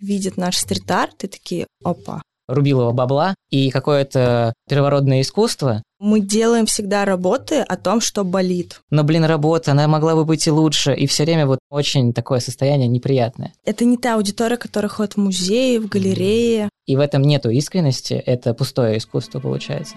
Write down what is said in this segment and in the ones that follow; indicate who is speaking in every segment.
Speaker 1: видят наш стрит-арт и такие: опа.
Speaker 2: Рубилова бабла и какое-то первородное искусство.
Speaker 1: Мы делаем всегда работы о том, что болит.
Speaker 2: Но, работа, она могла бы быть и лучше, и все время очень такое состояние неприятное.
Speaker 1: Это не та аудитория, которая ходит в музеи, в галереи.
Speaker 2: И в этом нету искренности, это пустое искусство получается.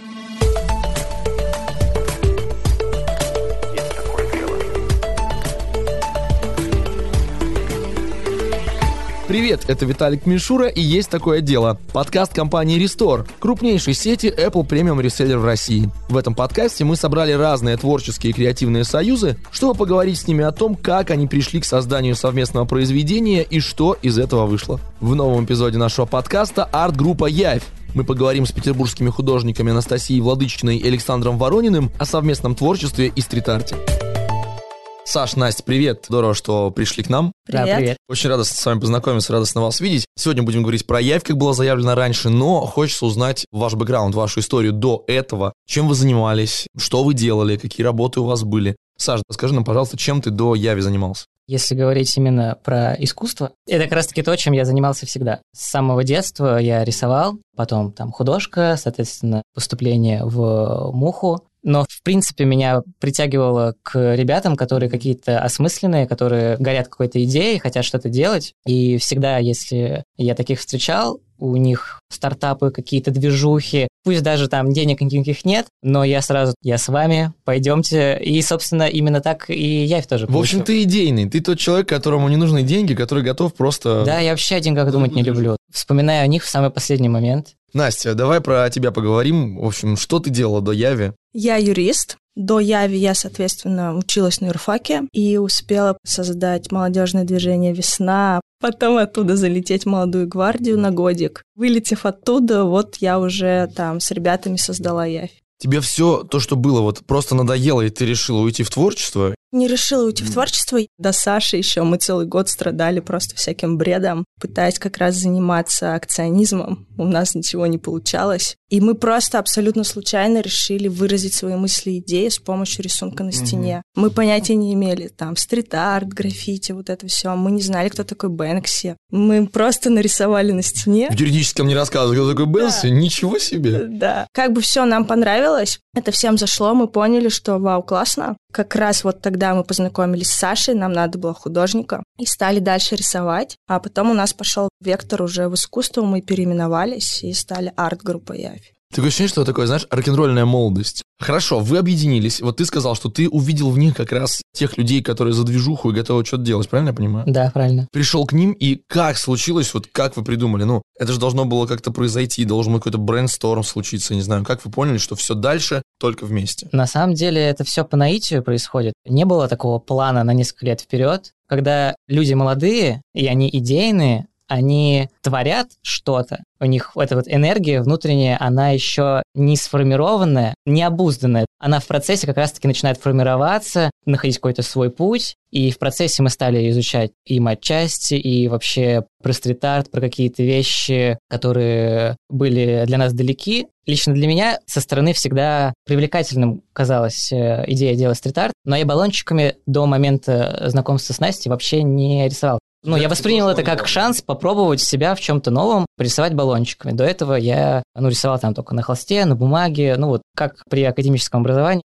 Speaker 3: Привет, это Виталик Мишура и «Есть такое дело» – подкаст компании Restore, крупнейшей сети Apple Premium Reseller в России. В этом подкасте мы собрали разные творческие и креативные союзы, чтобы поговорить с ними о том, как они пришли к созданию совместного произведения и что из этого вышло. В новом эпизоде нашего подкаста арт-группа «Явь». Мы поговорим с петербургскими художниками Анастасией Владычиной и Александром Ворониным о совместном творчестве и стрит-арте. Саш, Настя, привет. Здорово, что пришли к нам.
Speaker 1: Привет.
Speaker 2: Да, привет.
Speaker 3: Очень радостно с вами познакомиться, радостно вас видеть. Сегодня будем говорить про Явь, как было заявлено раньше, но хочется узнать ваш бэкграунд, вашу историю до этого. Чем вы занимались, что вы делали, какие работы у вас были. Саш, скажи нам, пожалуйста, чем ты до Яви занимался?
Speaker 2: Если говорить именно про искусство, это как раз-таки то, чем я занимался всегда. С самого детства я рисовал, потом художка, соответственно, поступление в МУХу. Но, в принципе, меня притягивало к ребятам, которые какие-то осмысленные, которые горят какой-то идеей, хотят что-то делать. И всегда, если я таких встречал, у них стартапы, какие-то движухи, пусть даже там денег никаких нет, но я сразу: я с вами, пойдемте. И, собственно, именно так и Явь тоже получил.
Speaker 3: В общем, ты идейный, ты тот человек, которому не нужны деньги, который готов просто...
Speaker 2: Да, я вообще о деньгах думать не люблю. Вспоминаю о них в самый последний момент.
Speaker 3: Настя, давай про тебя поговорим. В общем, что ты делала до Яви?
Speaker 1: Я юрист. До Яви я, соответственно, училась на юрфаке и успела создать молодежное движение «Весна», потом оттуда залететь в молодую гвардию на годик. Вылетев оттуда, я уже там с ребятами создала Явь.
Speaker 3: Тебе все то, что было, просто надоело, и ты решила уйти в творчество?
Speaker 1: Не решила уйти в творчество. До Саши еще мы целый год страдали просто всяким бредом, пытаясь как раз заниматься акционизмом. У нас ничего не получалось. И мы просто абсолютно случайно решили выразить свои мысли и идеи с помощью рисунка на стене. Мы понятия не имели, стрит-арт, граффити, это все. Мы не знали, кто такой Бэнкси. Мы просто нарисовали на стене.
Speaker 3: В юридическом не рассказывали, кто такой Бэнкси? Да. Ничего себе!
Speaker 1: Да. Все нам понравилось. Это всем зашло. Мы поняли, что вау, классно. Как раз тогда мы познакомились с Сашей, нам надо было художника, и стали дальше рисовать. А потом у нас пошел вектор уже в искусство, мы переименовались и стали арт-группой Явь.
Speaker 3: Такое ощущение, что такое, рок-н-ролльная молодость. Хорошо, вы объединились. Ты сказал, что ты увидел в них как раз тех людей, которые за движуху и готовы что-то делать, правильно я понимаю?
Speaker 2: Да, правильно.
Speaker 3: Пришел к ним, и как случилось, как вы придумали? Это же должно было как-то произойти, должен был какой-то брейнсторм случиться, не знаю. Как вы поняли, что все дальше только вместе?
Speaker 2: На самом деле это все по наитию происходит. Не было такого плана на несколько лет вперед. Когда люди молодые, и они идейные, они творят что-то, у них эта энергия внутренняя, она еще не сформированная, не обузданная. Она в процессе как раз-таки начинает формироваться, находить какой-то свой путь, и в процессе мы стали изучать и матчасти, и вообще про стрит-арт, про какие-то вещи, которые были для нас далеки. Лично для меня со стороны всегда привлекательным казалась идея делать стрит-арт, но я баллончиками до момента знакомства с Настей вообще не рисовал. Я воспринял это как шанс попробовать себя в чем-то новом, рисовать баллончиками. До этого я рисовал только на холсте, на бумаге, как при академическом образовании.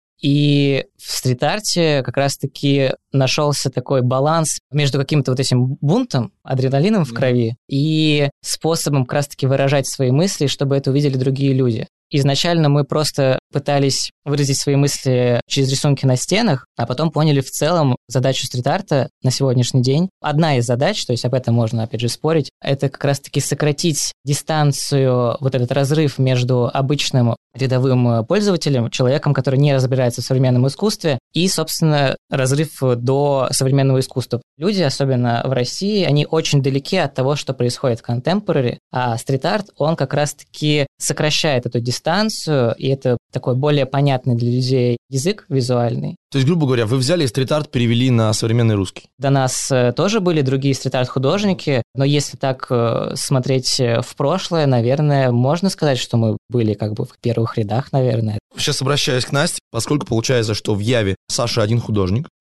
Speaker 2: И в стрит-арте как раз-таки нашелся такой баланс между каким-то этим бунтом, адреналином в крови и способом как раз-таки выражать свои мысли, чтобы это увидели другие люди. Изначально мы просто пытались выразить свои мысли через рисунки на стенах, а потом поняли в целом задачу стрит-арта на сегодняшний день. Одна из задач, то есть об этом можно, опять же, спорить, это как раз-таки сократить дистанцию, этот разрыв между обычным рядовым пользователем, человеком, который не разбирается в современном искусстве, и, собственно, разрыв до современного искусства. Люди, особенно в России, они очень далеки от того, что происходит в contemporary, а стрит-арт, он как раз-таки сокращает эту дистанцию, и это такой более понятный для людей язык визуальный.
Speaker 3: То есть, грубо говоря, вы взяли стрит-арт, перевели на современный русский?
Speaker 2: До нас тоже были другие стрит-арт-художники, но если так смотреть в прошлое, наверное, можно сказать, что мы были в первых рядах, наверное.
Speaker 3: Сейчас обращаюсь к Насте, поскольку получается, что в Яве Саша один художник,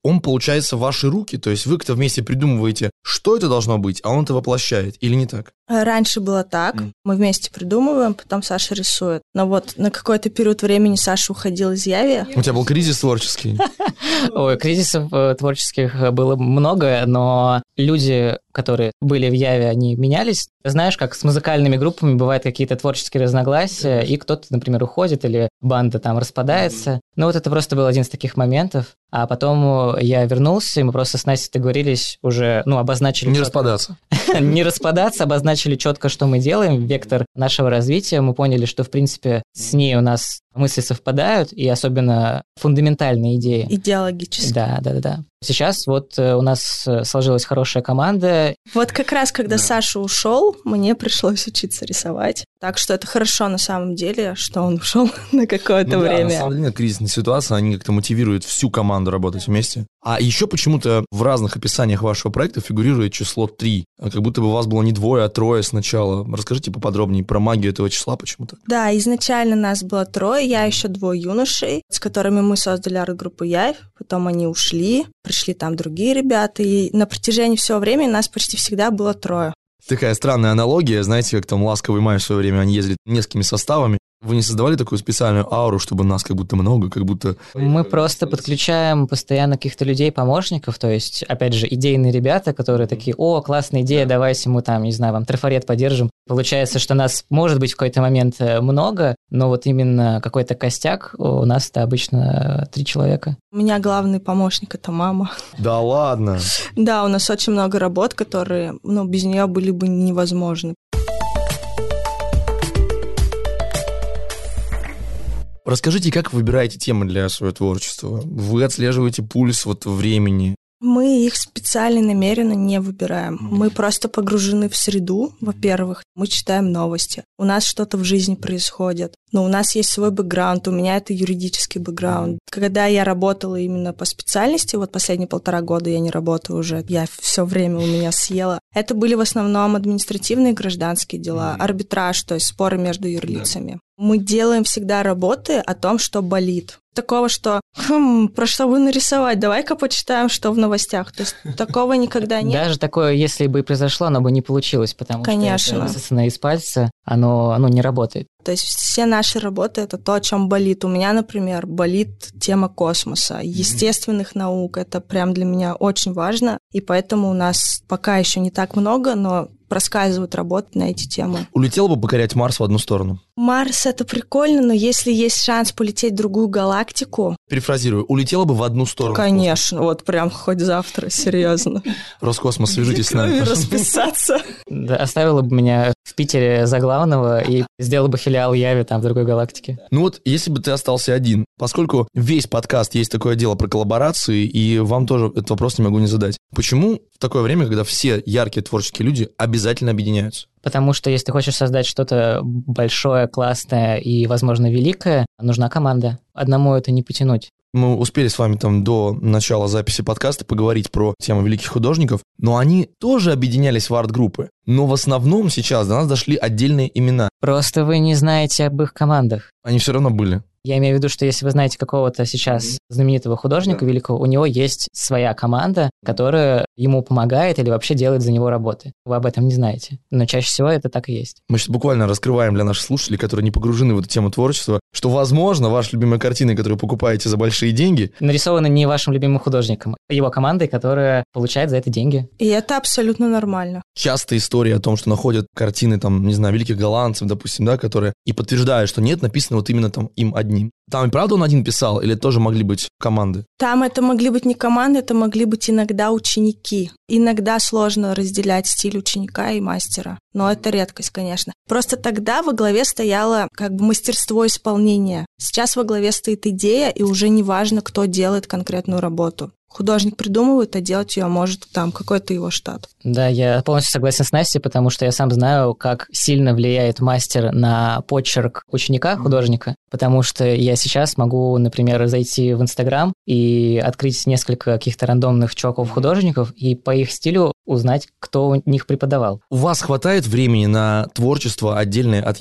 Speaker 3: он, получается, в ваши руки, то есть вы как-то вместе придумываете, что это должно быть, а он это воплощает, или не так?
Speaker 1: Раньше было так, мы вместе придумываем, потом Саша рисует. Но вот на какой-то период времени Саша уходил из Яви.
Speaker 3: У тебя был кризис творческий?
Speaker 2: Ой, кризисов творческих было много, но люди, которые были в Яве, они менялись. Знаешь, как с музыкальными группами бывают какие-то творческие разногласия, и кто-то, например, уходит, или банда там распадается. Ну вот это просто был один из таких моментов. А потом я вернулся, и мы просто с Настей договорились уже, обозначили...
Speaker 3: Не распадаться.
Speaker 2: Не распадаться, обозначили четко, что мы делаем, вектор нашего развития. Мы поняли, что, в принципе, с ней у нас мысли совпадают, и особенно фундаментальные идеи.
Speaker 1: Идеологически.
Speaker 2: Да. Сейчас вот у нас сложилась хорошая команда.
Speaker 1: Вот как раз, когда Саша ушел, мне пришлось учиться рисовать. Так что это хорошо на самом деле, что он ушел на какое-то время.
Speaker 3: На самом деле, кризисные ситуации, они как-то мотивируют всю команду работать вместе. А еще почему-то в разных описаниях вашего проекта фигурирует число 3. Как будто бы у вас было не 2, а 3 сначала. Расскажите поподробнее про магию этого числа почему-то.
Speaker 1: Да, изначально нас было 3, я еще 2 юношей, с которыми мы создали арт-группу Явь. Потом они ушли, пришли там другие ребята, и на протяжении всего времени нас почти всегда было 3.
Speaker 3: Такая странная аналогия, знаете, как там «Ласковый май» в свое время, они ездили несколькими составами. Вы не создавали такую специальную ауру, чтобы нас как будто много, как будто...
Speaker 2: Мы просто подключаем постоянно каких-то людей-помощников, то есть, опять же, идейные ребята, которые такие: о, классная идея, давайте мы там, не знаю, вам трафарет поддержим. Получается, что нас, может быть, в какой-то момент много, но вот именно какой-то костяк у нас-то обычно 3 человека.
Speaker 1: У меня главный помощник — это мама.
Speaker 3: Да ладно?
Speaker 1: Да, у нас очень много работ, которые, без нее были бы невозможны.
Speaker 3: Расскажите, как вы выбираете темы для своего творчества? Вы отслеживаете пульс времени?
Speaker 1: Мы их специально, намеренно не выбираем. Мы просто погружены в среду, во-первых. Мы читаем новости. У нас что-то в жизни происходит. Но у нас есть свой бэкграунд. У меня это юридический бэкграунд. Когда я работала именно по специальности, вот последние 1,5 года я не работаю уже, я все время у меня съела. Это были в основном административные и гражданские дела, арбитраж, то есть споры между юрлицами. Мы делаем всегда работы о том, что болит. Такого, что про что бы нарисовать, давай-ка почитаем, что в новостях. То есть такого никогда нет.
Speaker 2: Даже такое, если бы и произошло, оно бы не получилось, потому
Speaker 1: Конечно.
Speaker 2: что это высосанное из пальца, оно не работает.
Speaker 1: То есть все наши работы — это то, о чем болит. У меня, например, болит тема космоса, естественных наук. Это прям для меня очень важно. И поэтому у нас пока еще не так много, но проскальзывают работы на эти темы.
Speaker 3: Улетел бы покорять Марс в одну сторону?
Speaker 1: Марс — это прикольно, но если есть шанс полететь в другую галактику...
Speaker 3: Перефразирую, улетела бы в одну сторону?
Speaker 1: Конечно, вот прям хоть завтра, серьезно.
Speaker 3: Роскосмос, свяжитесь с нами.
Speaker 1: Расписаться.
Speaker 2: Да, оставила бы меня в Питере за главного и сделала бы филиал Яви там в другой галактике.
Speaker 3: Если бы ты остался один, поскольку весь подкаст есть такое дело про коллаборации, и вам тоже этот вопрос не могу не задать. Почему в такое время, когда все яркие творческие люди обязательно объединяются?
Speaker 2: Потому что если ты хочешь создать что-то большое, классное и, возможно, великое, нужна команда. Одному это не потянуть.
Speaker 3: Мы успели с вами до начала записи подкаста поговорить про тему великих художников, но они тоже объединялись в арт-группы. Но в основном сейчас до нас дошли отдельные имена.
Speaker 2: Просто вы не знаете об их командах.
Speaker 3: Они все равно были.
Speaker 2: Я имею в виду, что если вы знаете какого-то сейчас знаменитого художника великого, у него есть своя команда, которая ему помогает или вообще делает за него работы. Вы об этом не знаете. Но чаще всего это так и есть.
Speaker 3: Мы сейчас буквально раскрываем для наших слушателей, которые не погружены в эту тему творчества, что, возможно, ваши любимые картины, которые покупаете за большие деньги,
Speaker 2: нарисованы не вашим любимым художником, а его командой, которая получает за это деньги.
Speaker 1: И это абсолютно нормально.
Speaker 3: Часто история о том, что находят картины, великих голландцев, допустим, которые и подтверждают, что нет, написано именно им одним. Там и правда он один писал, или это тоже могли быть команды?
Speaker 1: Там это могли быть не команды, это могли быть иногда ученики. Иногда сложно разделять стиль ученика и мастера. Но это редкость, конечно. Просто тогда во главе стояло мастерство исполнения. Сейчас во главе стоит идея, и уже не важно, кто делает конкретную работу. Художник придумывает, а делать ее может какой-то его штат.
Speaker 2: Да, я полностью согласен с Настей, потому что я сам знаю, как сильно влияет мастер на почерк ученика, художника, потому что я сейчас могу, например, зайти в Инстаграм и открыть несколько каких-то рандомных чуваков-художников и по их стилю узнать, кто у них преподавал.
Speaker 3: У вас хватает времени на творчество отдельное от Яви?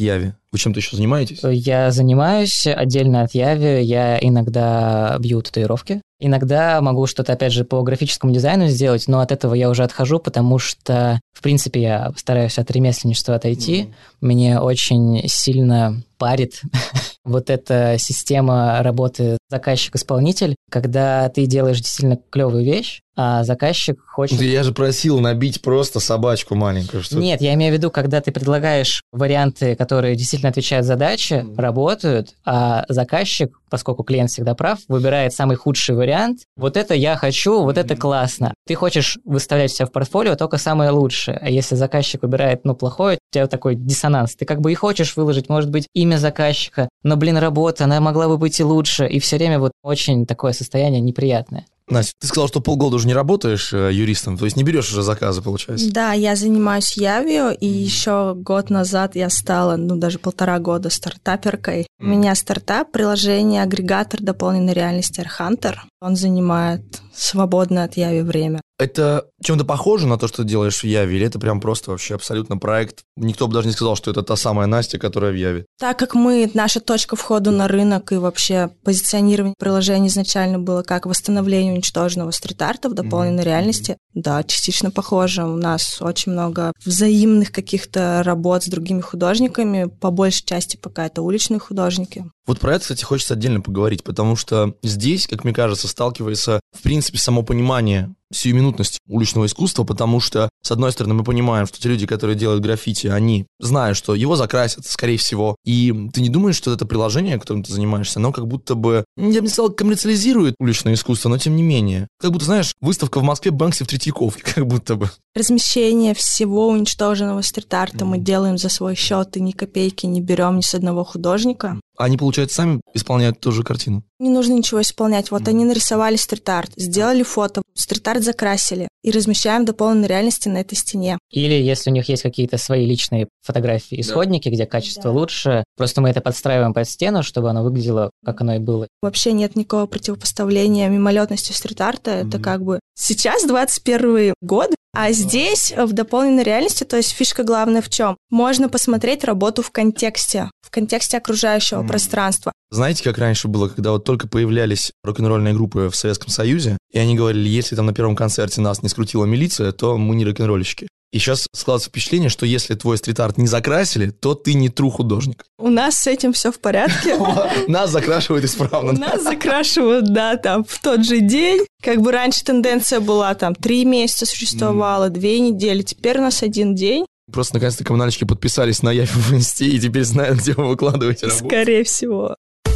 Speaker 3: Вы чем-то еще занимаетесь?
Speaker 2: Я занимаюсь отдельно от Яви, я иногда бью татуировки. Иногда могу что-то, опять же, по графическому дизайну сделать, но от этого я уже отхожу, потому что, в принципе, я стараюсь от ремесленничества отойти. Мне очень сильно парит вот эта система работы заказчик-исполнитель, когда ты делаешь действительно клевую вещь, а заказчик хочет...
Speaker 3: Да я же просил набить просто собачку маленькую. Что...
Speaker 2: Нет, я имею в виду, когда ты предлагаешь варианты, которые действительно отвечают задаче, работают, а заказчик, поскольку клиент всегда прав, выбирает самый худший вариант. Вот это я хочу, вот это классно. Ты хочешь выставлять себя в портфолио только самое лучшее. А если заказчик выбирает, плохое, у тебя такой диссонанс. Ты как бы и хочешь выложить, может быть, имя заказчика, но, работа, она могла бы быть и лучше. И все время вот очень такое состояние неприятное.
Speaker 3: Настя, ты сказала, что полгода уже не работаешь юристом, то есть не берешь уже заказы, получается?
Speaker 1: Да, я занимаюсь Явио, и еще год назад я стала, даже 1,5 года стартаперкой. У меня стартап, приложение, агрегатор дополненной реальности AirHunter. Он занимает свободное от Яви время.
Speaker 3: Это чем-то похоже на то, что ты делаешь в Яве, или это прям просто вообще абсолютно проект? Никто бы даже не сказал, что это та самая Настя, которая в Яве.
Speaker 1: Так как наша точка входа на рынок и вообще позиционирование приложения изначально было как восстановление уничтоженного стрит-арта в дополненной реальности, да, частично похоже. У нас очень много взаимных каких-то работ с другими художниками, по большей части пока это уличные художники.
Speaker 3: Вот про это, кстати, хочется отдельно поговорить, потому что здесь, как мне кажется, сталкивается, в принципе, само понимание сиюминутности уличного искусства, потому что, с одной стороны, мы понимаем, что те люди, которые делают граффити, они знают, что его закрасят, скорее всего, и ты не думаешь, что это приложение, которым ты занимаешься, оно как будто бы, я бы не сказал, коммерциализирует уличное искусство, но тем не менее. Как будто, знаешь, выставка в Москве Бэнкси в Третьяковке, как будто бы.
Speaker 1: Размещение всего уничтоженного стрит-арта мы делаем за свой счет и ни копейки не берем ни с одного художника.
Speaker 3: Они, получается, сами исполняют ту же картину?
Speaker 1: Не нужно ничего исполнять. Вот они нарисовали стрит-арт, сделали фото, стрит-арт закрасили и размещаем в дополненной реальности на этой стене.
Speaker 2: Или если у них есть какие-то свои личные фотографии, исходники, где качество лучше, просто мы это подстраиваем под стену, чтобы оно выглядело, как оно и было.
Speaker 1: Вообще нет никакого противопоставления мимолетности стрит-арта. Это как бы сейчас 21 год, а здесь в дополненной реальности, то есть фишка главная в чем? Можно посмотреть работу в контексте окружающего пространства.
Speaker 3: Знаете, как раньше было, когда вот только появлялись рок-н-ролльные группы в Советском Союзе, и они говорили, если там на первом концерте нас не скрутила милиция, то мы не рок-н-ролльщики. И сейчас складывается впечатление, что если твой стрит-арт не закрасили, то ты не true художник.
Speaker 1: У нас с этим все в порядке.
Speaker 3: Нас закрашивают исправно.
Speaker 1: Нас закрашивают, да, там в тот же день. Как бы раньше тенденция была, 3 месяца существовала, 2 недели, теперь у нас 1 день.
Speaker 3: Просто наконец-то коммунальщики подписались на Яве в инсте и теперь знают, где вы выкладываете работу.
Speaker 1: Скорее всего.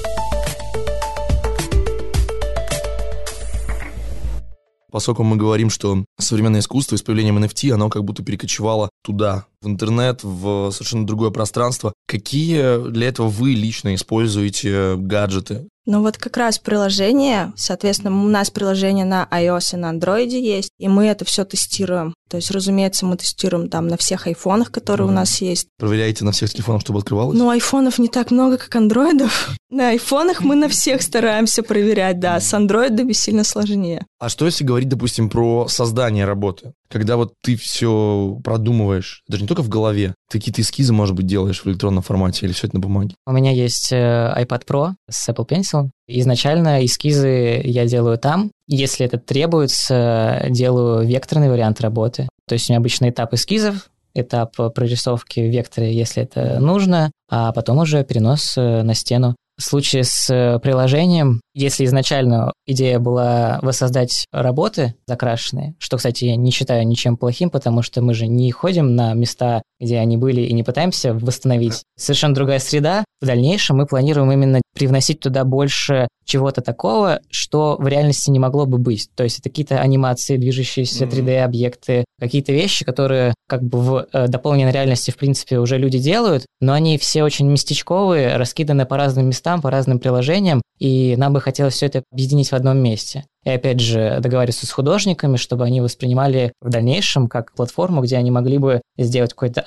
Speaker 3: Поскольку мы говорим, что современное искусство с появлением NFT, оно как будто перекочевало туда, в интернет, в совершенно другое пространство. Какие для этого вы лично используете гаджеты?
Speaker 1: Вот как раз приложение, соответственно, у нас приложение на iOS и на Android есть, и мы это все тестируем. То есть, разумеется, мы тестируем на всех айфонах, которые у нас есть.
Speaker 3: Проверяете на всех телефонах, чтобы открывалось?
Speaker 1: Айфонов не так много, как андроидов. На айфонах мы на всех стараемся проверять, да, с андроидами сильно сложнее.
Speaker 3: А что если говорить, допустим, про создание работы? Когда вот ты все продумываешь, даже не только в голове, ты какие-то эскизы, может быть, делаешь в электронном формате или все это на бумаге?
Speaker 2: У меня есть iPad Pro с Apple Pencil. Изначально эскизы я делаю там. Если это требуется, делаю векторный вариант работы. То есть у меня обычно этап эскизов, этап прорисовки в векторе, если это нужно, а потом уже перенос на стену. В случае с приложением, если изначально идея была воссоздать работы закрашенные, что, кстати, я не считаю ничем плохим, потому что мы же не ходим на места, где они были, и не пытаемся восстановить. Совершенно другая среда. В дальнейшем мы планируем именно привносить туда больше чего-то такого, что в реальности не могло бы быть. То есть это какие-то анимации, движущиеся 3D-объекты, какие-то вещи, которые как бы в дополненной реальности, в принципе, уже люди делают, но они все очень местечковые, раскиданы по разным местам, по разным приложениям, и нам бы хотелось все это объединить в одном месте. И опять же договариваться с художниками, чтобы они воспринимали в дальнейшем как платформу, где они могли бы сделать какой-то арт,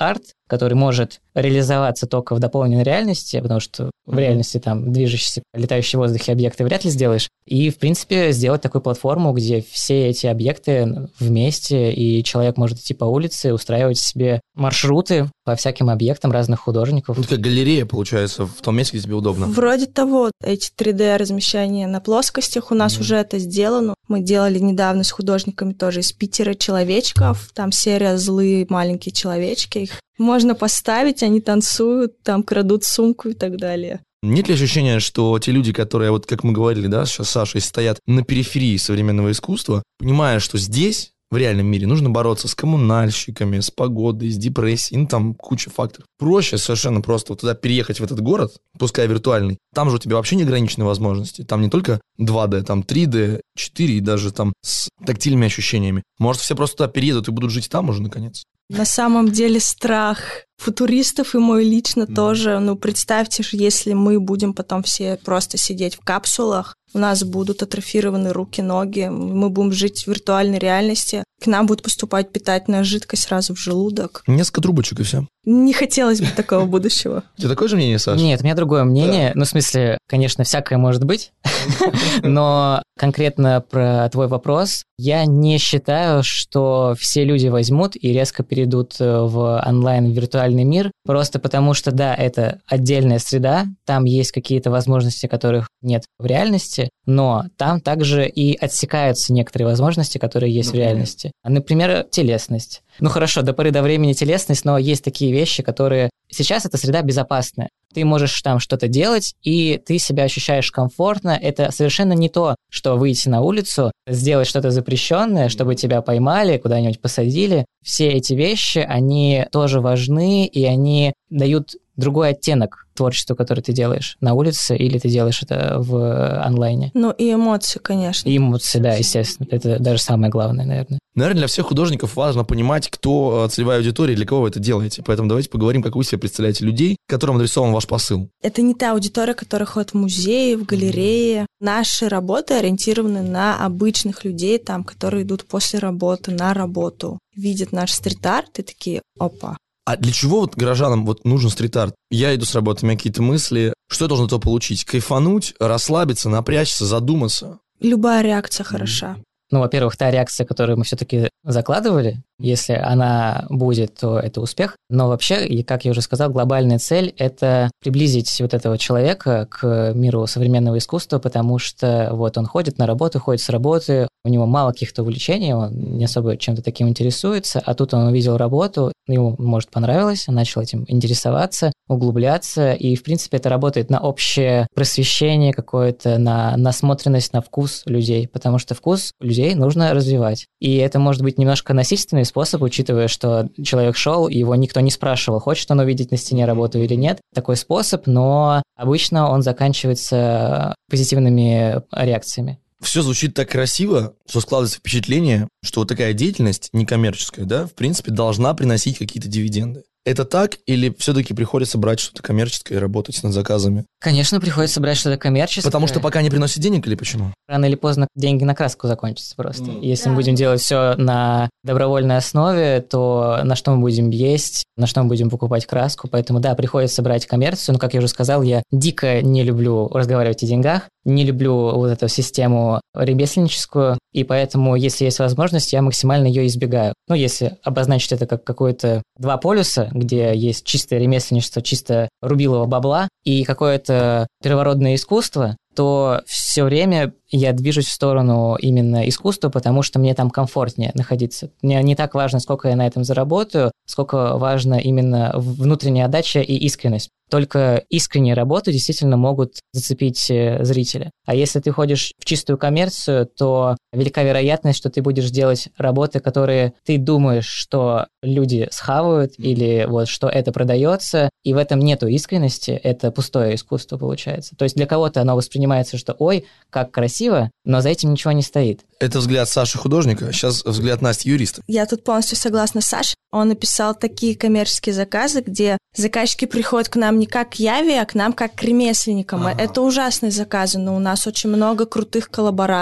Speaker 2: который может реализоваться только в дополненной реальности, потому что в реальности там движущиеся, летающие в воздухе объекты вряд ли сделаешь. И, в принципе, сделать такую платформу, где все эти объекты вместе, и человек может идти по улице, устраивать себе маршруты по всяким объектам разных художников.
Speaker 3: Ну, как галерея, получается, в том месте, где тебе удобно.
Speaker 1: Вроде того, эти 3D-размещения на плоскостях у нас уже это сделано. Мы делали недавно с художниками тоже из Питера человечков. Там серия «Злые маленькие человечки». Их можно поставить, они танцуют, там крадут сумку и так далее.
Speaker 3: Нет ли ощущения, что те люди, которые, вот как мы говорили, да, сейчас с Сашей, стоят на периферии современного искусства, понимая, что здесь, в реальном мире, нужно бороться с коммунальщиками, с погодой, с депрессией, ну там куча факторов. Проще совершенно просто вот туда переехать в этот город, пускай виртуальный, там же у тебя вообще неограниченные возможности. Там не только 2D, там 3D, 4 и даже там с тактильными ощущениями. Может, все просто туда переедут и будут жить там уже, наконец?
Speaker 1: На самом деле страх футуристов и мой лично тоже. Ну, представьте, если мы будем потом все просто сидеть в капсулах, у нас будут атрофированы руки, ноги, мы будем жить в виртуальной реальности, к нам будет поступать питательная жидкость сразу в желудок.
Speaker 3: Несколько трубочек и все.
Speaker 1: Не хотелось бы такого будущего.
Speaker 3: У тебя такое же мнение, Саша?
Speaker 2: Нет, у меня другое мнение. Ну, в смысле, конечно, всякое может быть, но конкретно про твой вопрос, я не считаю, что все люди возьмут и резко перейдут в онлайн, в виртуальный мир, просто потому что, да, это отдельная среда, там есть какие-то возможности, которых нет в реальности, но там также и отсекаются некоторые возможности, которые есть в реальности. Например, телесность. Ну хорошо, до поры до времени телесность, но есть такие вещи, которые... Сейчас эта среда безопасная. Ты можешь там что-то делать, и ты себя ощущаешь комфортно. Это совершенно не то, что выйти на улицу, сделать что-то запрещенное, чтобы тебя поймали, куда-нибудь посадили. Все эти вещи, они тоже важны, и они дают другой оттенок творчеству, которое ты делаешь на улице, или ты делаешь это в онлайне.
Speaker 1: Ну и эмоции, конечно.
Speaker 2: И эмоции, да, естественно. Это даже самое главное, наверное.
Speaker 3: Наверное, для всех художников важно понимать, кто целевая аудитория и для кого вы это делаете. Поэтому давайте поговорим, как вы себе представляете людей, которым адресован ваш посыл.
Speaker 1: Это не та аудитория, которая ходит в музеи, в галереи. Наши работы ориентированы на обычных людей, там, которые идут после работы на работу. Видят наш стрит-арт и такие: опа.
Speaker 3: А для чего вот горожанам вот нужен стрит-арт? Я иду с работы, у меня какие-то мысли. Что я должен от этого получить? Кайфануть, расслабиться, напрячься, задуматься?
Speaker 1: Любая реакция хороша.
Speaker 2: Ну, во-первых, та реакция, которую мы все-таки закладывали, если она будет, то это успех. Но вообще, и как я уже сказал, глобальная цель — это приблизить вот этого человека к миру современного искусства, потому что вот он ходит на работу, ходит с работы, у него мало каких-то увлечений, он не особо чем-то таким интересуется, а тут он увидел работу, ему, может, понравилось, он начал этим интересоваться, углубляться, и, в принципе, это работает на общее просвещение какое-то, на насмотренность, на вкус людей, потому что вкус людей нужно развивать. И это может быть немножко насильственный способ, учитывая, что человек шел, и его никто не спрашивал, хочет он увидеть на стене работу или нет. Такой способ, но обычно он заканчивается позитивными реакциями.
Speaker 3: Все звучит так красиво, что складывается впечатление, что вот такая деятельность некоммерческая, да, в принципе, должна приносить какие-то дивиденды. Это так или все-таки приходится брать что-то коммерческое и работать над заказами?
Speaker 2: Конечно, приходится брать что-то коммерческое.
Speaker 3: Потому что пока не приносит денег или почему?
Speaker 2: Рано или поздно деньги на краску закончатся просто. Если мы будем делать все на добровольной основе, то на что мы будем есть, на что мы будем покупать краску? Поэтому да, приходится брать коммерцию. Но, как я уже сказал, я дико не люблю разговаривать о деньгах, не люблю вот эту систему ремесленническую, и поэтому, если есть возможность, я максимально ее избегаю. Ну, если обозначить это как какое-то два полюса, где есть чистое ремесленничество, чисто рубилово бабла и какое-то первородное искусство, то все время я движусь в сторону именно искусства, потому что мне там комфортнее находиться. Мне не так важно, сколько я на этом заработаю, сколько важно именно внутренняя отдача и искренность. Только искренние работы действительно могут зацепить зрителя. А если ты ходишь в чистую коммерцию, то велика вероятность, что ты будешь делать работы, которые ты думаешь, что люди схавают или вот что это продается, и в этом нету искренности, это пустое искусство получается. То есть для кого-то оно воспринимается, что ой, как красиво, но за этим ничего не стоит.
Speaker 3: Это взгляд Саши художника, сейчас взгляд Насти юриста.
Speaker 1: Я тут полностью согласна с Сашей. Он написал такие коммерческие заказы, где заказчики приходят к нам не как к Яве, а к нам как к ремесленникам. Это ужасные заказы, но у нас очень много крутых коллабораций.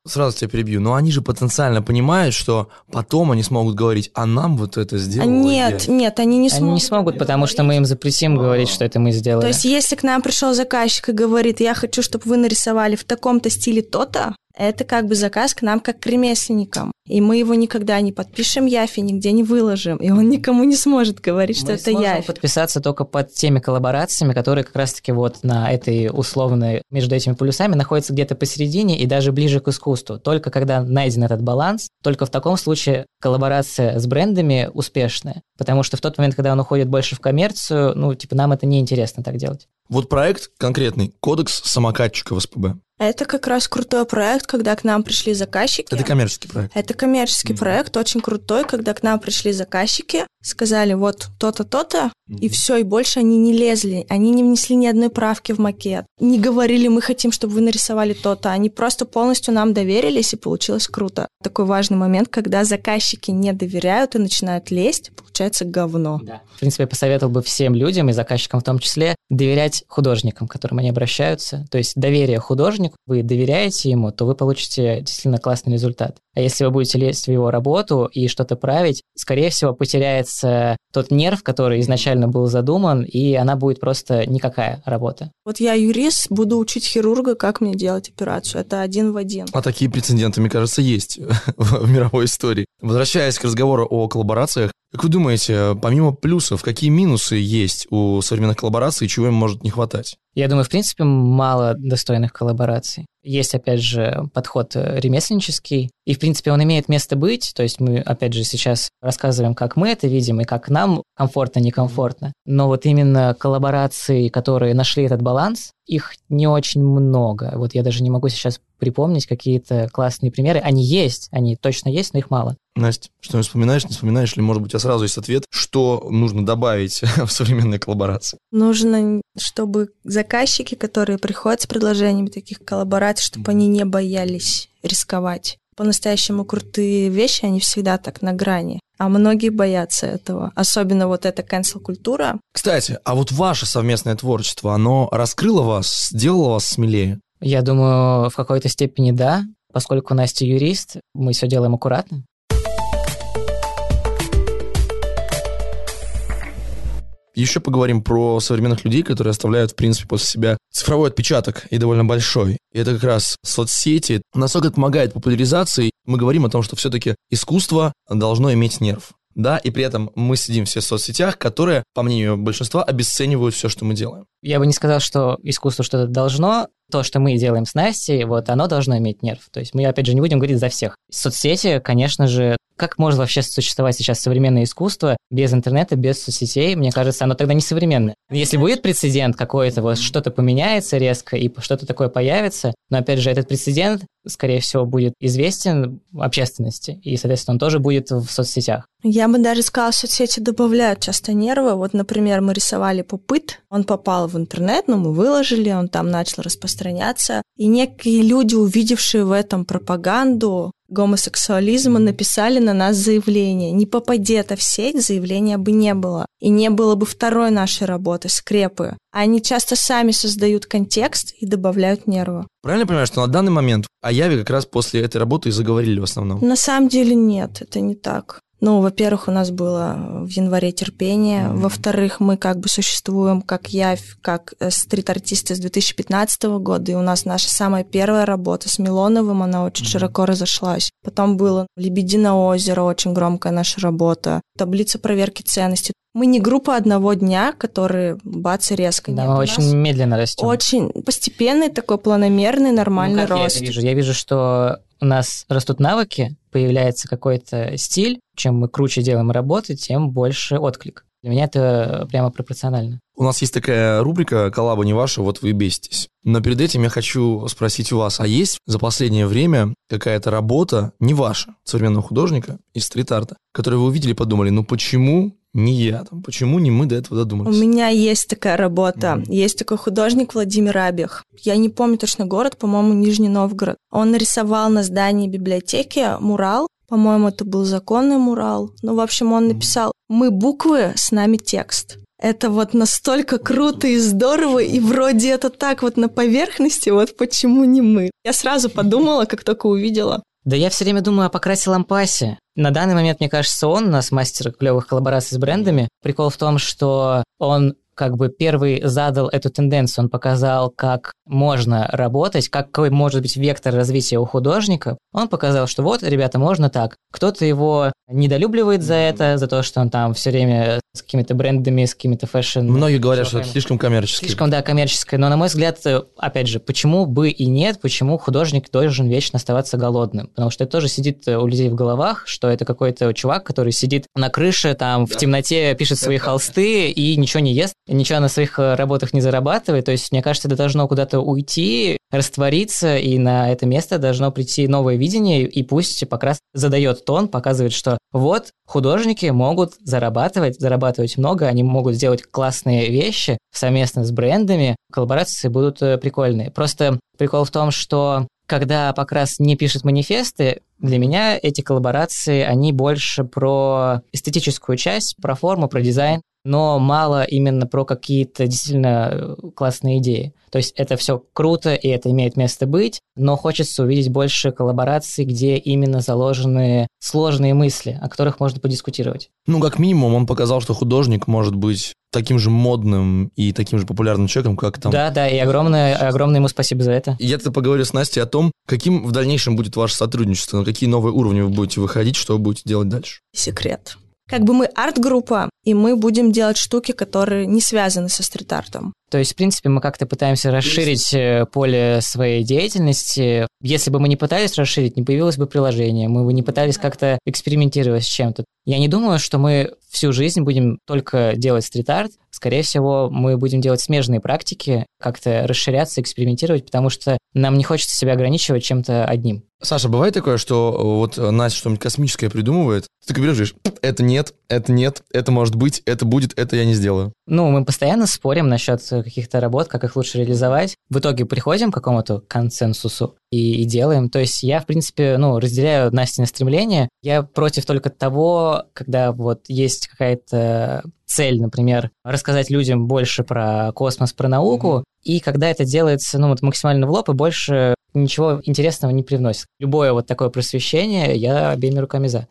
Speaker 3: Сразу тебя перебью, но они же потенциально понимают, что потом они смогут говорить, а нам вот это сделали.
Speaker 1: Нет, они не смогут.
Speaker 2: Они не смогут, потому что мы им запретим говорить, что это мы сделали.
Speaker 1: То есть, если к нам пришел заказчик и говорит, я хочу, чтобы вы нарисовали в таком-то стиле то-то, это как бы заказ к нам как к ремесленникам. И мы его никогда не подпишем Яфи, нигде не выложим. И он никому не сможет говорить, что это Яфи. Мы сможем
Speaker 2: подписаться только под теми коллаборациями, которые как раз-таки вот на этой условной, между этими полюсами находятся где-то посередине и даже ближе к искусству. Только когда найден этот баланс, только в таком случае коллаборация с брендами успешная. Потому что в тот момент, когда он уходит больше в коммерцию, нам это неинтересно так делать.
Speaker 3: Вот проект конкретный, кодекс самокатчика в СПБ.
Speaker 1: Это как раз крутой проект, когда к нам пришли заказчики.
Speaker 3: Это коммерческий проект.
Speaker 1: Это коммерческий проект, очень крутой, когда к нам пришли заказчики, сказали вот то-то, то-то, и все, и больше они не лезли, они не внесли ни одной правки в макет, не говорили, мы хотим, чтобы вы нарисовали то-то, они просто полностью нам доверились, и получилось круто. Такой важный момент, когда заказчики не доверяют и начинают лезть, получается говно.
Speaker 2: Да. В принципе, я посоветовал бы всем людям, и заказчикам в том числе, доверять художникам, к которым они обращаются. То есть доверие художнику, вы доверяете ему, то вы получите действительно классный результат. А если вы будете лезть в его работу и что-то править, скорее всего, потеряется тот нерв, который изначально был задуман, и она будет просто никакая работа.
Speaker 1: Вот я юрист, буду учить хирурга, как мне делать операцию. Это 1 в 1.
Speaker 3: А такие прецеденты, мне кажется, есть в мировой истории. Возвращаясь к разговору о коллаборациях, как вы думаете, помимо плюсов, какие минусы есть у современных коллабораций и чего им может не хватать?
Speaker 2: Я думаю, в принципе, мало достойных коллабораций. Есть, опять же, подход ремесленнический, и, в принципе, он имеет место быть, то есть мы, опять же, сейчас рассказываем, как мы это видим, и как нам комфортно, некомфортно, но вот именно коллаборации, которые нашли этот баланс, их не очень много. Вот я даже не могу сейчас припомнить какие-то классные примеры. Они есть, они точно есть, но их мало.
Speaker 3: Настя, что не вспоминаешь, или, может быть, у тебя сразу есть ответ, что нужно добавить в современные коллаборации?
Speaker 1: Нужно, чтобы заказчики, которые приходят с предложениями таких коллабораций, чтобы они не боялись рисковать. По-настоящему крутые вещи, они всегда так на грани. А многие боятся этого. Особенно вот эта cancel-культура.
Speaker 3: Кстати, а вот ваше совместное творчество, оно раскрыло вас, сделало вас смелее?
Speaker 2: Я думаю, в какой-то степени да. Поскольку Настя юрист, мы все делаем аккуратно.
Speaker 3: Еще поговорим про современных людей, которые оставляют, в принципе, после себя цифровой отпечаток, и довольно большой. И это как раз соцсети. Насколько это помогает популяризации, мы говорим о том, что все-таки искусство должно иметь нерв. Да, и при этом мы сидим все в соцсетях, которые, по мнению большинства, обесценивают все, что мы делаем.
Speaker 2: Я бы не сказал, что искусство что-то должно. То, что мы делаем с Настей, вот оно должно иметь нерв. То есть мы, опять же, не будем говорить за всех. Соцсети, конечно же, как может вообще существовать сейчас современное искусство без интернета, без соцсетей? Мне кажется, оно тогда не современное. Если будет прецедент какой-то, вот что-то поменяется резко и что-то такое появится, но, опять же, этот прецедент, скорее всего, будет известен общественности, и, соответственно, он тоже будет в соцсетях.
Speaker 1: Я бы даже сказала, соцсети добавляют часто нервы. Вот, например, мы рисовали попыт, он попал в интернет, но мы выложили, он там начал распространяться. И некие люди, увидевшие в этом пропаганду гомосексуализма, написали на нас заявление. Не попади это в сеть, заявления бы не было. И не было бы второй нашей работы, скрепы. Они часто сами создают контекст и добавляют нервы.
Speaker 3: Правильно я понимаю, что на данный момент о Яве как раз после этой работы и заговорили в основном?
Speaker 1: На самом деле нет, это не так. Во-первых, у нас было в январе терпение. Во-вторых, мы как бы существуем как Явь, как стрит-артисты с 2015 года. И у нас наша самая первая работа с Милоновым, она очень широко разошлась. Потом было «Лебединое озеро», очень громкая наша работа. Таблица проверки ценностей. Мы не группа одного дня, которые бац и резко.
Speaker 2: Да, мы очень медленно растем.
Speaker 1: Очень постепенный, такой планомерный, нормальный рост.
Speaker 2: Я вижу, что у нас растут навыки, появляется какой-то стиль. Чем мы круче делаем работы, тем больше отклик. Для меня это прямо пропорционально.
Speaker 3: У нас есть такая рубрика «Коллаба не ваша, вот вы и беситесь». Но перед этим я хочу спросить у вас, а есть за последнее время какая-то работа, не ваша, современного художника из стрит-арта, которую вы увидели и подумали, почему не я, почему не мы до этого додумались?
Speaker 1: У меня есть такая работа. Есть такой художник Владимир Абих. Я не помню точно город, по-моему, Нижний Новгород. Он нарисовал на здании библиотеки мурал, По-моему, это был «Законный мурал». Ну, в общем, он написал «Мы буквы, с нами текст». Это вот настолько круто и здорово, и вроде это так вот на поверхности, вот почему не мы? Я сразу подумала, как только увидела.
Speaker 2: Да я все время думаю о Покрасе Лампасе. На данный момент, мне кажется, он у нас мастер клевых коллабораций с брендами. Прикол в том, что он как бы первый задал эту тенденцию, он показал, как можно работать, какой может быть вектор развития у художника. Он показал, что вот, ребята, можно так. Кто-то его недолюбливает за это, за то, что он там все время с какими-то брендами, с какими-то фэшн...
Speaker 3: Многие говорят, что это слишком коммерчески.
Speaker 2: Слишком, да, коммерческое. Но, на мой взгляд, опять же, почему бы и нет, почему художник должен вечно оставаться голодным? Потому что это тоже сидит у людей в головах, что это какой-то чувак, который сидит на крыше, там, в темноте пишет свои холсты и ничего не ест, ничего на своих работах не зарабатывает. То есть, мне кажется, это должно куда-то уйти, раствориться, и на это место должно прийти новое видение, и пусть Покрас задает тон, показывает, что вот художники могут зарабатывать много, они могут сделать классные вещи совместно с брендами, коллаборации будут прикольные. Просто прикол в том, что когда Покрас не пишет манифесты, для меня эти коллаборации, они больше про эстетическую часть, про форму, про дизайн, но мало именно про какие-то действительно классные идеи. То есть это все круто, и это имеет место быть, но хочется увидеть больше коллабораций, где именно заложены сложные мысли, о которых можно подискутировать.
Speaker 3: Ну, как минимум, он показал, что художник может быть таким же модным и таким же популярным человеком, как там...
Speaker 2: Да, и огромное ему спасибо за это.
Speaker 3: Я-то поговорю с Настей о том, каким в дальнейшем будет ваше сотрудничество, на какие новые уровни вы будете выходить, что вы будете делать дальше.
Speaker 1: Секрет. Как бы мы арт-группа, и мы будем делать штуки, которые не связаны со стрит-артом.
Speaker 2: То есть, в принципе, мы как-то пытаемся расширить поле своей деятельности. Если бы мы не пытались расширить, не появилось бы приложение, мы бы не пытались как-то экспериментировать с чем-то. Я не думаю, что мы всю жизнь будем только делать стрит-арт. Скорее всего, мы будем делать смежные практики, как-то расширяться, экспериментировать, потому что нам не хочется себя ограничивать чем-то одним.
Speaker 3: Саша, бывает такое, что вот Настя что-нибудь космическое придумывает, ты такой берешь, это нет, это может быть, это будет, это я не сделаю.
Speaker 2: Ну, мы постоянно спорим насчет каких-то работ, как их лучше реализовать. В итоге приходим к какому-то консенсусу и делаем. То есть я, в принципе, разделяю Настины стремления. Я против только того, когда вот есть какая-то цель, например, рассказать людям больше про космос, про науку, и когда это делается, максимально в лоб и больше ничего интересного не привносит. Любое вот такое просвещение я обеими руками за.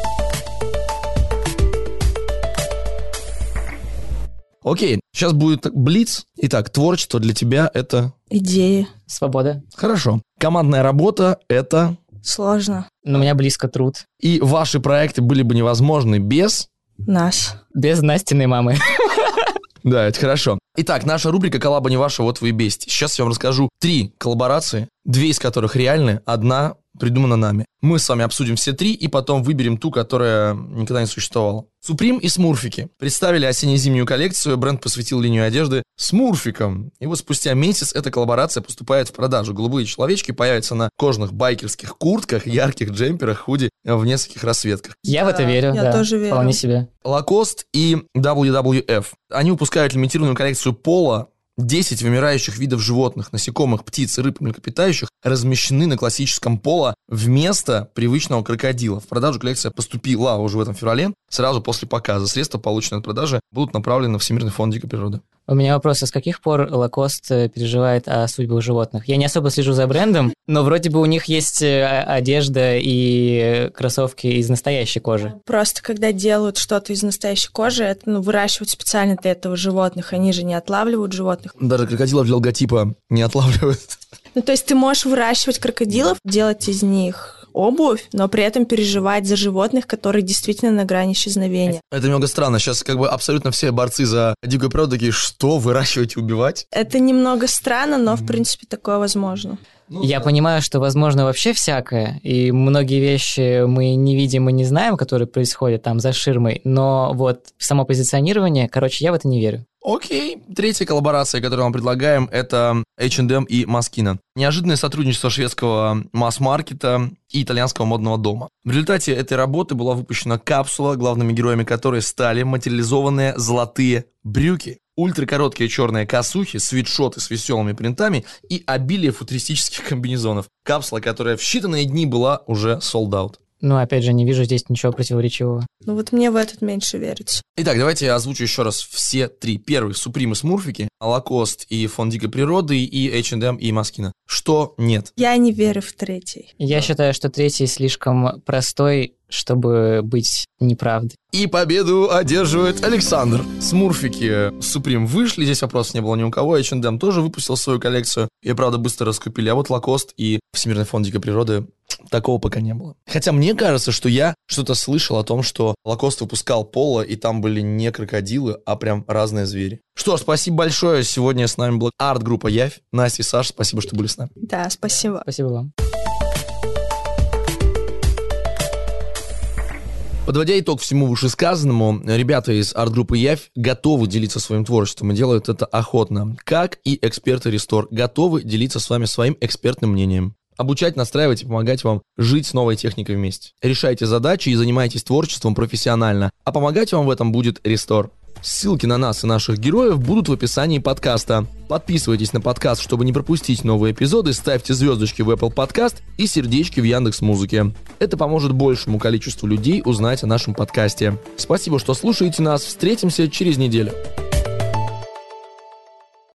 Speaker 3: Окей, сейчас будет блиц. Итак, творчество для тебя — это...
Speaker 1: Идеи.
Speaker 2: Свобода.
Speaker 3: Хорошо. Командная работа — это...
Speaker 1: Сложно.
Speaker 2: Но у меня близко труд.
Speaker 3: И ваши проекты были бы невозможны без...
Speaker 1: Нас.
Speaker 2: Без Настиной мамы.
Speaker 3: Да, это хорошо. Итак, наша рубрика «Коллаба не ваша, вот вы и бесите». Сейчас я вам расскажу 3 коллаборации, 2 из которых реальны, 1 придумана нами. Мы с вами обсудим все 3 и потом выберем ту, которая никогда не существовала. Суприм и Смурфики представили осенне-зимнюю коллекцию, бренд посвятил линию одежды Смурфикам. И вот спустя месяц эта коллаборация поступает в продажу. Голубые человечки появятся на кожаных байкерских куртках, ярких джемперах, худи в нескольких расцветках.
Speaker 2: Я в это верю,
Speaker 1: я тоже верю.
Speaker 2: Вполне себе.
Speaker 3: Lacoste и WWF. Они выпускают лимитированную коллекцию пола. 10 вымирающих видов животных, насекомых, птиц, рыб, млекопитающих размещены на классическом поло вместо привычного крокодила. В продажу коллекция поступила уже в этом феврале, сразу после показа. Средства, полученные от продажи, будут направлены в Всемирный фонд дикой природы.
Speaker 2: У меня вопрос, а с каких пор Lacoste переживает о судьбах животных? Я не особо слежу за брендом, но вроде бы у них есть одежда и кроссовки из настоящей кожи.
Speaker 1: Просто когда делают что-то из настоящей кожи, это выращивают специально для этого животных. Они же не отлавливают животных.
Speaker 3: Даже крокодилов для логотипа не отлавливают.
Speaker 1: То есть ты можешь выращивать крокодилов, делать из них обувь, но при этом переживать за животных, которые действительно на грани исчезновения.
Speaker 3: Это немного странно. Сейчас абсолютно все борцы за дикую природу такие, что, выращивать и убивать?
Speaker 1: Это немного странно, но в принципе такое возможно.
Speaker 2: Я понимаю, что возможно вообще всякое, и многие вещи мы не видим и не знаем, которые происходят там за ширмой, но вот само позиционирование, я в это не верю.
Speaker 3: Окей. 3-я коллаборация, которую мы предлагаем, это H&M и Moschino. Неожиданное сотрудничество шведского масс-маркета и итальянского модного дома. В результате этой работы была выпущена капсула, главными героями которой стали материализованные золотые брюки. Ультракороткие черные косухи, свитшоты с веселыми принтами и обилие футуристических комбинезонов. Капсула, которая в считанные дни была уже sold out.
Speaker 2: Ну, опять же, не вижу здесь ничего противоречивого.
Speaker 1: Ну вот мне в этот меньше верится.
Speaker 3: Итак, давайте я озвучу еще раз все три. Первый — Supreme и Смурфики, Лакост и Фонд Дикой Природы, и H&M и Москина. Что нет?
Speaker 1: Я не верю в третий.
Speaker 2: Я считаю, что третий слишком простой, чтобы быть неправдой.
Speaker 3: И победу одерживает Александр. Смурфики Supreme вышли, здесь вопросов не было ни у кого. H&M тоже выпустил свою коллекцию. Ее, правда, быстро раскупили. А вот Лакост и Всемирный фонд дикой природы такого пока не было. Хотя мне кажется, что я что-то слышал о том, что Лакост выпускал поло, и там были не крокодилы, а прям разные звери. Что ж, спасибо большое. Сегодня с нами была арт-группа Явь. Настя и Саша, спасибо, что были с нами.
Speaker 1: Да, спасибо.
Speaker 2: Спасибо вам.
Speaker 3: Подводя итог всему вышесказанному, ребята из арт-группы Явь готовы делиться своим творчеством и делают это охотно. Как и эксперты Рестор готовы делиться с вами своим экспертным мнением. Обучать, настраивать и помогать вам жить с новой техникой вместе. Решайте задачи и занимайтесь творчеством профессионально, а помогать вам в этом будет Рестор. Ссылки на нас и наших героев будут в описании подкаста. Подписывайтесь на подкаст, чтобы не пропустить новые эпизоды, ставьте звездочки в Apple Podcast и сердечки в Яндекс.Музыке. Это поможет большему количеству людей узнать о нашем подкасте. Спасибо, что слушаете нас. Встретимся через неделю.